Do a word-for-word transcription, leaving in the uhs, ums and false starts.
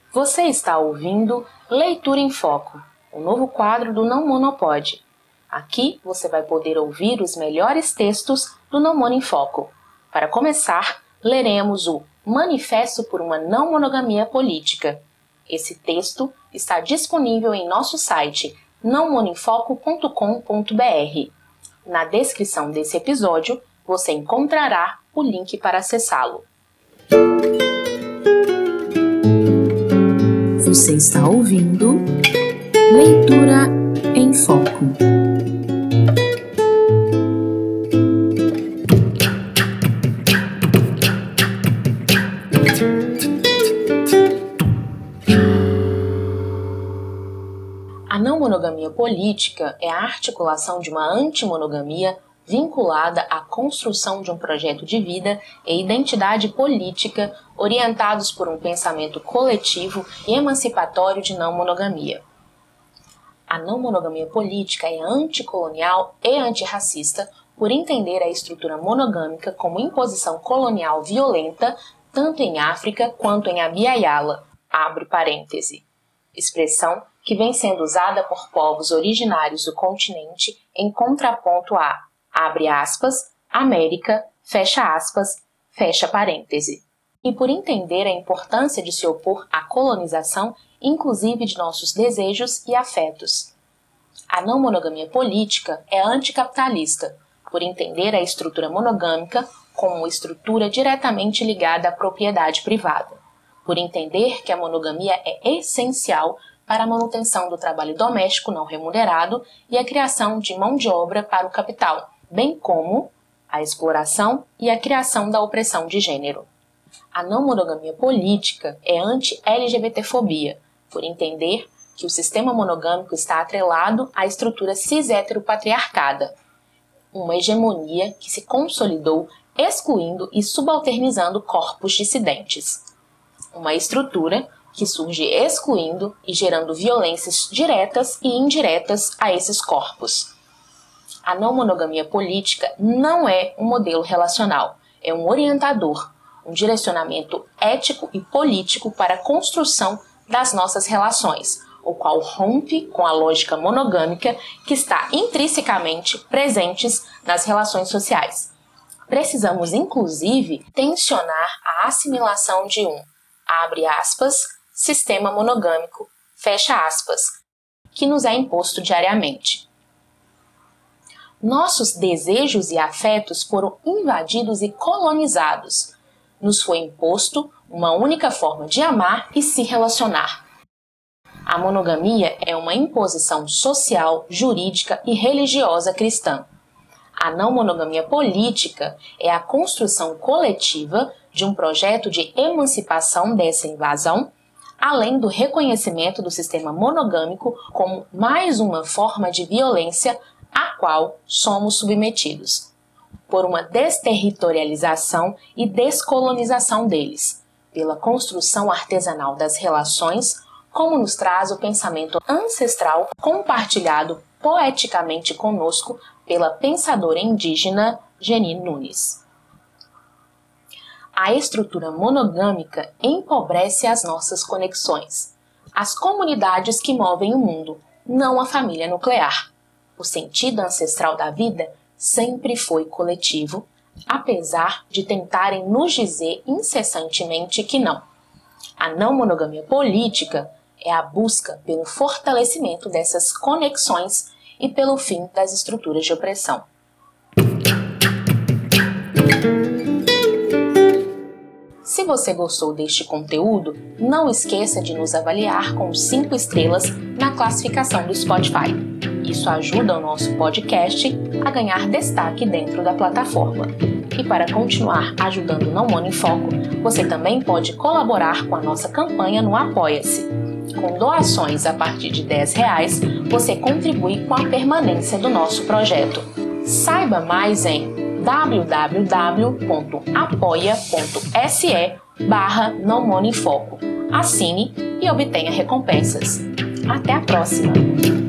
Você está ouvindo Leitura em Foco, o novo quadro do Não Monopode. Aqui você vai poder ouvir os melhores textos do Não Mono em Foco. Para começar, leremos o Manifesto por uma Não Monogamia Política. Esse texto está disponível em nosso site não mono em foco ponto com ponto b r. Na descrição desse episódio, você encontrará o link para acessá-lo. Você está ouvindo Leitura em Foco. A não monogamia política é a articulação de uma antimonogamia vinculada à construção de um projeto de vida e identidade política orientados por um pensamento coletivo e emancipatório de não monogamia. A não monogamia política é anticolonial e antirracista por entender a estrutura monogâmica como imposição colonial violenta tanto em África quanto em Abya Yala, abre parêntese, expressão que vem sendo usada por povos originários do continente em contraponto a, abre aspas, América, fecha aspas, fecha parêntese. E por entender a importância de se opor à colonização, inclusive de nossos desejos e afetos. A não monogamia política é anticapitalista, por entender a estrutura monogâmica como estrutura diretamente ligada à propriedade privada, por entender que a monogamia é essencial para a manutenção do trabalho doméstico não remunerado e a criação de mão de obra para o capital, bem como a exploração e a criação da opressão de gênero. A não monogamia política é anti-L G B T fobia, por entender que o sistema monogâmico está atrelado à estrutura cis-heteropatriarcada, uma hegemonia que se consolidou excluindo e subalternizando corpos dissidentes. Uma estrutura que surge excluindo e gerando violências diretas e indiretas a esses corpos. A não monogamia política não é um modelo relacional, é um orientador, um direcionamento ético e político para a construção das nossas relações, o qual rompe com a lógica monogâmica que está intrinsecamente presentes nas relações sociais. Precisamos, inclusive, tensionar a assimilação de um, abre aspas, sistema monogâmico, fecha aspas, que nos é imposto diariamente. Nossos desejos e afetos foram invadidos e colonizados. Nos foi imposto uma única forma de amar e se relacionar. A monogamia é uma imposição social, jurídica e religiosa cristã. A não monogamia política é a construção coletiva de um projeto de emancipação dessa invasão, além do reconhecimento do sistema monogâmico como mais uma forma de violência à qual somos submetidos, por uma desterritorialização e descolonização deles, pela construção artesanal das relações, como nos traz o pensamento ancestral compartilhado poeticamente conosco pela pensadora indígena Geni Nunes. A estrutura monogâmica empobrece as nossas conexões, as comunidades que movem o mundo, não a família nuclear. O sentido ancestral da vida sempre foi coletivo, apesar de tentarem nos dizer incessantemente que não. A não monogamia política é a busca pelo fortalecimento dessas conexões e pelo fim das estruturas de opressão. Se você gostou deste conteúdo, não esqueça de nos avaliar com cinco estrelas na classificação do Spotify. Isso ajuda o nosso podcast a ganhar destaque dentro da plataforma. E para continuar ajudando o Não Mono em Foco, você também pode colaborar com a nossa campanha no Apoia-se. Com doações a partir de dez reais, você contribui com a permanência do nosso projeto. Saiba mais em w w w ponto apoia ponto s e barra Não Mono em Foco. Assine e obtenha recompensas. Até a próxima!